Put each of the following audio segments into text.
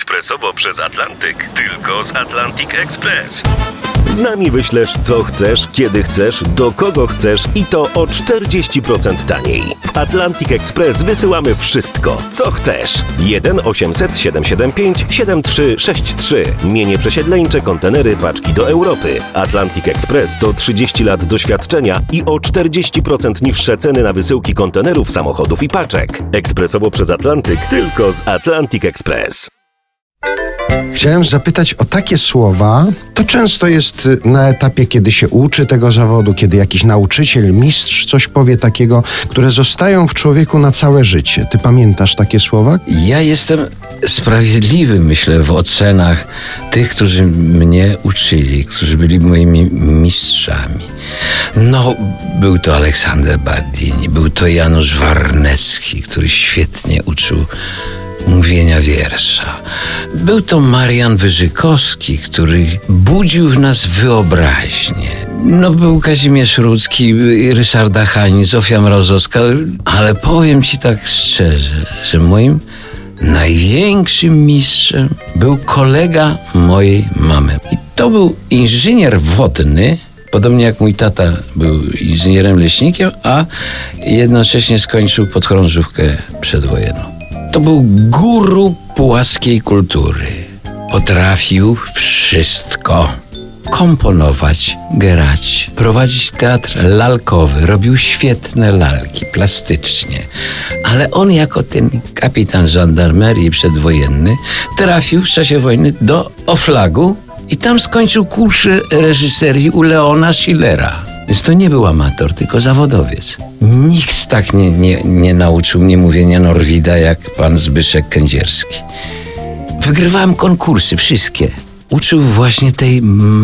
ekspresowo przez Atlantyk. Tylko z Atlantic Express. Z nami wyślesz co chcesz, kiedy chcesz, do kogo chcesz i to o 40% taniej. W Atlantic Express wysyłamy wszystko, co chcesz. 1 800 775 7363. Mienie przesiedleńcze, kontenery, paczki do Europy. Atlantic Express to 30 lat doświadczenia i o 40% niższe ceny na wysyłki kontenerów, samochodów i paczek. Ekspresowo przez Atlantyk, tylko z Atlantic Express. Chciałem zapytać o takie słowa. To często jest na etapie, kiedy się uczy tego zawodu, kiedy jakiś nauczyciel, mistrz coś powie takiego, które zostają w człowieku na całe życie. Ty pamiętasz takie słowa? Ja jestem sprawiedliwy, myślę, w ocenach tych, którzy mnie uczyli, którzy byli moimi mistrzami. No, był to Aleksander Bardini, był to Janusz Warnecki, który świetnie uczył mówienia wiersza. Był to Marian Wyżykowski, który budził w nas wyobraźnię. No, był Kazimierz Rudzki, Ryszarda Hani, Zofia Mrozowska, ale powiem ci tak szczerze, że moim największym mistrzem był kolega mojej mamy. I to był inżynier wodny, podobnie jak mój tata był inżynierem leśnikiem, a jednocześnie skończył podchorążówkę przedwojenną. To był guru pułaskiej kultury. Potrafił wszystko. Komponować, grać, prowadzić teatr lalkowy. Robił świetne lalki, plastycznie. Ale on jako ten kapitan żandarmerii przedwojenny trafił w czasie wojny do Oflagu i tam skończył kurs reżyserii u Leona Schillera. Więc to nie był amator, tylko zawodowiec. Nikt tak nie nauczył mnie mówienia Norwida jak pan Zbyszek Kędzierski. Wygrywałem konkursy, wszystkie. Uczył właśnie tej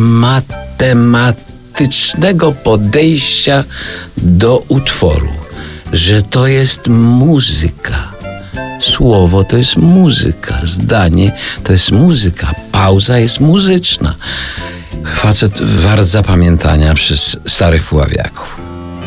matematycznego podejścia do utworu, że to jest muzyka. Słowo to jest muzyka, zdanie to jest muzyka, pauza jest muzyczna. Facet wart zapamiętania przez starych puławiaków.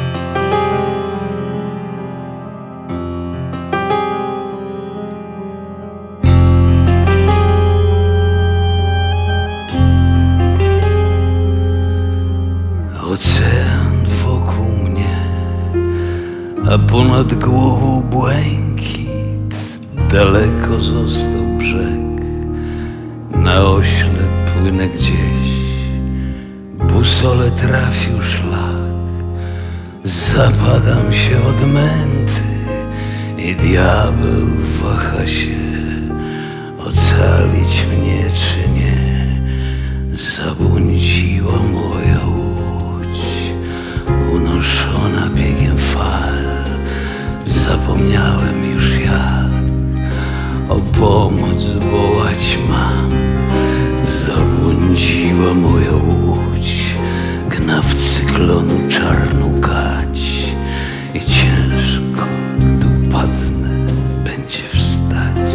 Ocean wokół mnie, a ponad głową błękit. Daleko został brzeg, na ośle płynę gdzieś. Busole trafił szlak, zapadam się od męty i diabeł waha się, ocalić mnie czy nie. Zabłądziła moja łódź, unoszona biegiem fal. Zapomniałem już jak o pomoc wołać mam. Zabłądziła moja łódź, gna w cyklonu czarną gać i ciężko, gdy upadnę, będzie wstać.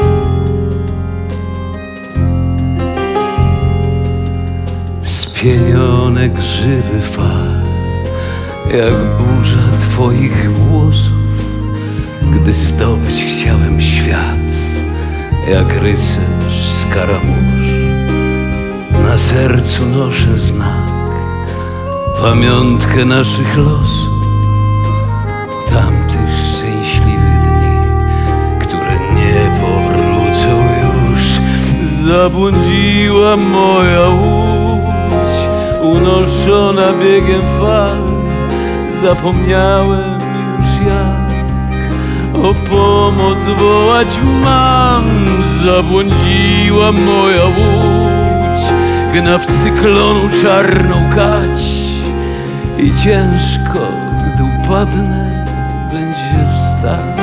Spienione grzywy fal, jak burza twoich włosów, gdy zdobyć chciałem świat, jak rycerz Skaramusz. Na sercu noszę znak, pamiątkę naszych losów, tamtych szczęśliwych dni, które nie powrócą już. Zabłądziła moja łódź, unoszona biegiem fal. Zapomniałem już jak o pomoc wołać mam. Zabłądziła moja łódź, gna w cyklonu czarną kać i ciężko, gdy upadnę, będzie wstać.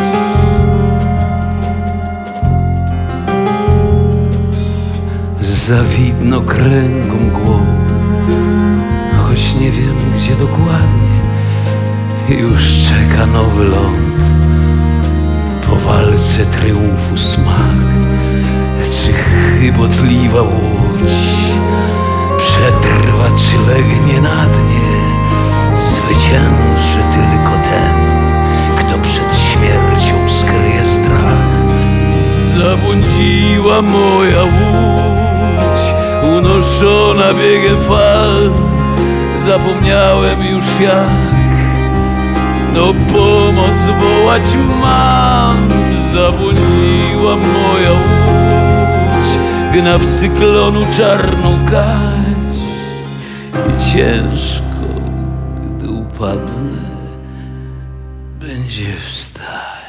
Za widno kręgu mgłą, choć nie wiem gdzie dokładnie, już czeka nowy ląd, po walce triumfu smak. Czy chybotliwa łódź przetrwa, czy legnie na dnie? Zwycięży tylko ten, kto przed śmiercią skryje strach. Zabłądziła moja łódź, unoszona biegiem fal. Zapomniałem już jak no pomoc wołać mam. Zabłądziła moja łódź, gna w cyklonu czarną kać. I ciężko, gdy upadnę, będzie wstać.